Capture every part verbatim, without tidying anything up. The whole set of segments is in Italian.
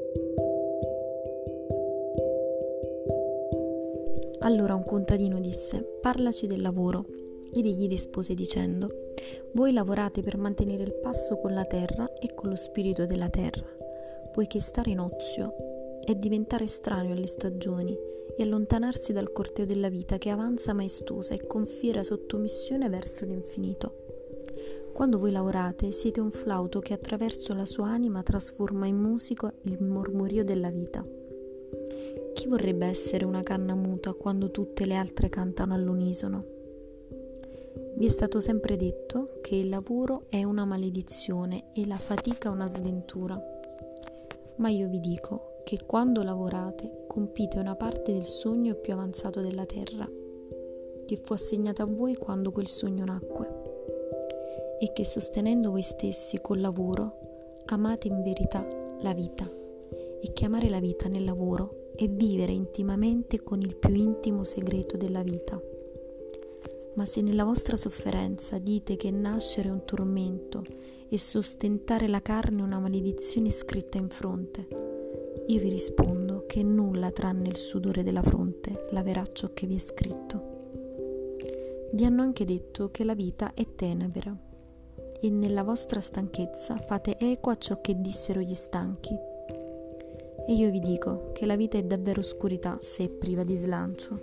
Allora un contadino disse: parlaci del lavoro. Ed egli rispose dicendo: voi lavorate per mantenere il passo con la terra e con lo spirito della terra, poiché stare in ozio è diventare estraneo alle stagioni e allontanarsi dal corteo della vita che avanza maestosa e con fiera sottomissione verso l'infinito. Quando voi lavorate siete un flauto che attraverso la sua anima trasforma in musica il mormorio della vita. Chi vorrebbe essere una canna muta quando tutte le altre cantano all'unisono? Vi è stato sempre detto che il lavoro è una maledizione e la fatica una sventura. Ma io vi dico che quando lavorate compite una parte del sogno più avanzato della terra, che fu assegnata a voi quando quel sogno nacque, e che sostenendo voi stessi col lavoro amate in verità la vita, e che amare la vita nel lavoro è vivere intimamente con il più intimo segreto della vita. Ma se nella vostra sofferenza dite che nascere è un tormento e sostentare la carne è una maledizione scritta in fronte, io vi rispondo che nulla tranne il sudore della fronte laverà ciò che vi è scritto. Vi hanno anche detto che la vita è tenebra, e nella vostra stanchezza fate eco a ciò che dissero gli stanchi. E io vi dico che la vita è davvero oscurità se è priva di slancio,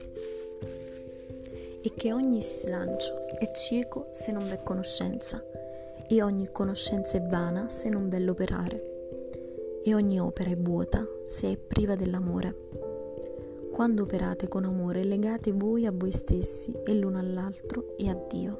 e che ogni slancio è cieco se non v'è conoscenza, e ogni conoscenza è vana se non v'è l'operare, e ogni opera è vuota se è priva dell'amore. Quando operate con amore, legate voi a voi stessi e l'uno all'altro e a Dio.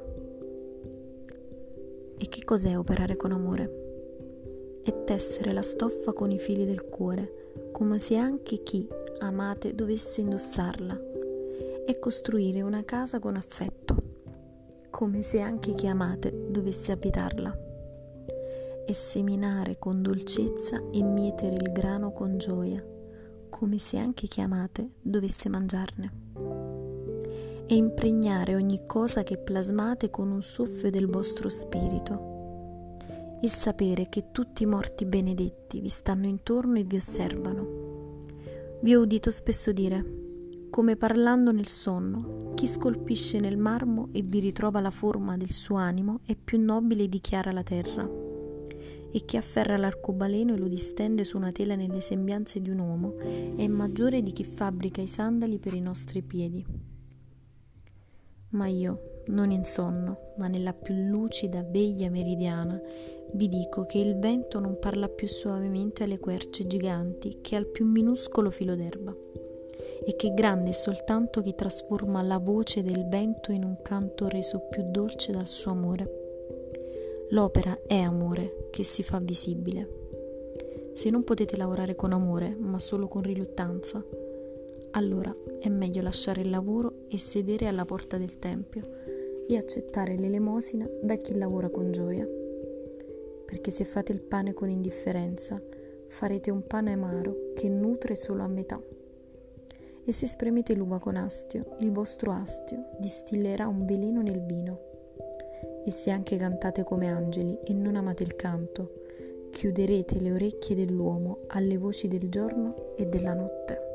E che cos'è operare con amore? È tessere la stoffa con i fili del cuore, come se anche chi amate dovesse indossarla, e costruire una casa con affetto, come se anche chi amate dovesse abitarla, e seminare con dolcezza e mietere il grano con gioia, come se anche chi amate dovesse mangiarne, e impregnare ogni cosa che plasmate con un soffio del vostro spirito, e sapere che tutti i morti benedetti vi stanno intorno e vi osservano. Vi ho udito spesso dire, come parlando nel sonno, chi scolpisce nel marmo e vi ritrova la forma del suo animo è più nobile di chi ara la terra, e chi afferra l'arcobaleno e lo distende su una tela nelle sembianze di un uomo è maggiore di chi fabbrica i sandali per i nostri piedi. Ma io, non in sonno, ma nella più lucida veglia meridiana, vi dico che il vento non parla più soavemente alle querce giganti che al più minuscolo filo d'erba, e che grande è soltanto chi trasforma la voce del vento in un canto reso più dolce dal suo amore. L'opera è amore che si fa visibile. Se non potete lavorare con amore, ma solo con riluttanza, allora è meglio lasciare il lavoro e sedere alla porta del tempio e accettare l'elemosina da chi lavora con gioia. Perché se fate il pane con indifferenza, farete un pane amaro che nutre solo a metà. E se spremete l'uva con astio, il vostro astio distillerà un veleno nel vino. E se anche cantate come angeli e non amate il canto, chiuderete le orecchie dell'uomo alle voci del giorno e della notte.